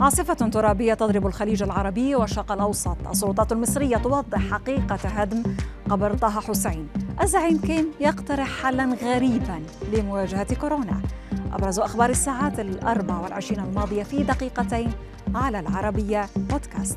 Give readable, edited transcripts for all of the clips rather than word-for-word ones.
عاصفة ترابية تضرب الخليج العربي والشرق الأوسط. السلطات المصرية توضح حقيقة هدم قبر طه حسين. الزعيم كيم يقترح حلا غريبا لمواجهة كورونا. أبرز أخبار الساعات 24 الماضية في دقيقتين على العربية بودكاست.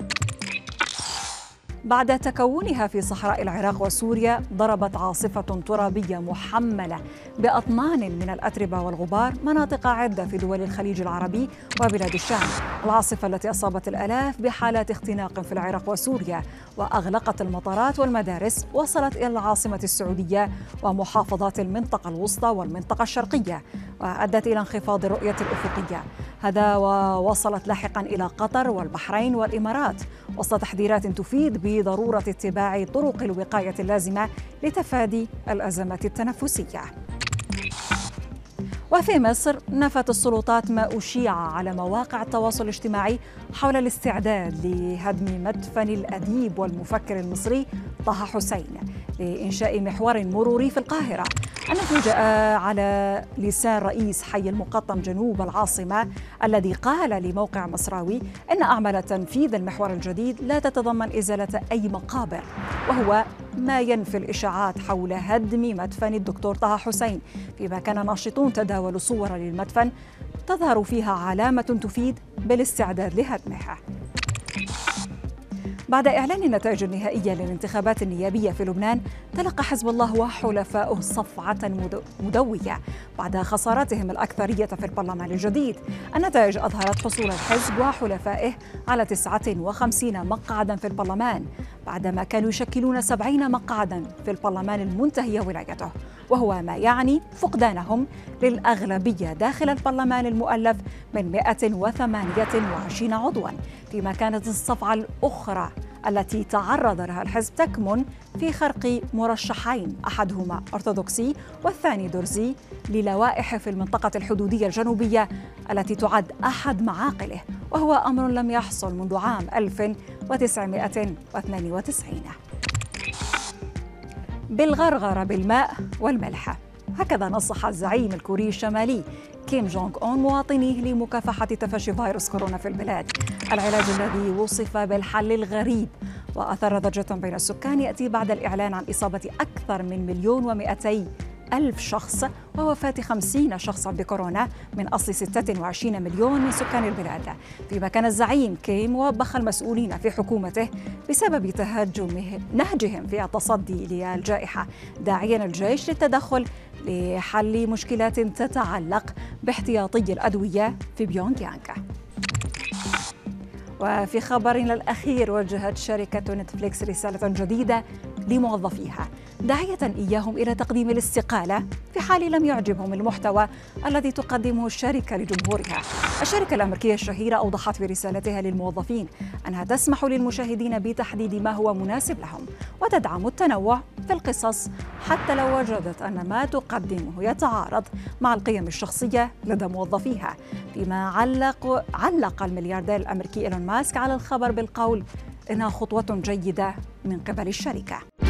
بعد تكونها في صحراء العراق وسوريا، ضربت عاصفة ترابية محملة بأطنان من الأتربة والغبار مناطق عدة في دول الخليج العربي وبلاد الشام. العاصفة التي أصابت الآلاف بحالات اختناق في العراق وسوريا وأغلقت المطارات والمدارس وصلت إلى العاصمة السعودية ومحافظات المنطقة الوسطى والمنطقة الشرقية، وأدت إلى انخفاض الرؤية الأفقية. هذا ووصلت لاحقا إلى قطر والبحرين والإمارات وسط تحذيرات تفيد بضرورة اتباع طرق الوقاية اللازمة لتفادي الأزمات التنفسية. وفي مصر نفت السلطات ما أشيع على مواقع التواصل الاجتماعي حول الاستعداد لهدم مدفن الأديب والمفكر المصري طه حسين لإنشاء محور مروري في القاهرة. النفي جاء على لسان رئيس حي المقطم جنوب العاصمة الذي قال لموقع مصراوي إن أعمال تنفيذ المحور الجديد لا تتضمن إزالة أي مقابر، وهو ما ينفي الإشاعات حول هدم مدفن الدكتور طه حسين، فيما كان ناشطون تداولوا صورا للمدفن تظهر فيها علامة تفيد بالاستعداد لهدمه. بعد إعلان النتائج النهائية للانتخابات النيابية في لبنان، تلقى حزب الله وحلفائه صفعة مدوية بعد خسارتهم الأكثرية في البرلمان الجديد. النتائج أظهرت حصول الحزب وحلفائه على 59 مقعدا في البرلمان، بعدما كانوا يشكلون 70 مقعدا في البرلمان المنتهي ولايته، وهو ما يعني فقدانهم للأغلبية داخل البرلمان المؤلف من 128 عضوا، فيما كانت الصفعة الأخرى التي تعرض لها الحزب تكمن في خرق مرشحين، أحدهما أرثوذكسي والثاني درزي، للوائح في المنطقة الحدودية الجنوبية التي تعد أحد معاقله، وهو أمر لم يحصل منذ عام 1992. بالغرغرة بالماء والملح، هكذا نصح الزعيم الكوري الشمالي كيم جونغ أون مواطنيه لمكافحة تفشي فيروس كورونا في البلاد. العلاج الذي وصف بالحل الغريب وأثار ضجة بين السكان يأتي بعد الإعلان عن إصابة أكثر من 1,200,000 شخص ووفاة 50 شخصا بكورونا من أصل 26 مليون من سكان البلاد، فيما كان الزعيم كيم وبخ المسؤولين في حكومته بسبب نهجهم في التصدي للجائحة، داعيا الجيش للتدخل لحل مشكلات تتعلق باحتياطي الأدوية في بيونغ يانغ. وفي خبرنا الأخير، وجهت شركة نتفليكس رسالة جديدة لموظفيها داعية إياهم إلى تقديم الاستقالة في حال لم يعجبهم المحتوى الذي تقدمه الشركة لجمهورها. الشركة الأمريكية الشهيرة أوضحت في رسالتها للموظفين أنها تسمح للمشاهدين بتحديد ما هو مناسب لهم وتدعم التنوع في القصص حتى لو وجدت أن ما تقدمه يتعارض مع القيم الشخصية لدى موظفيها، فيما علق الملياردير الأمريكي إيلون ماسك على الخبر بالقول إنها خطوة جيدة من قبل الشركة.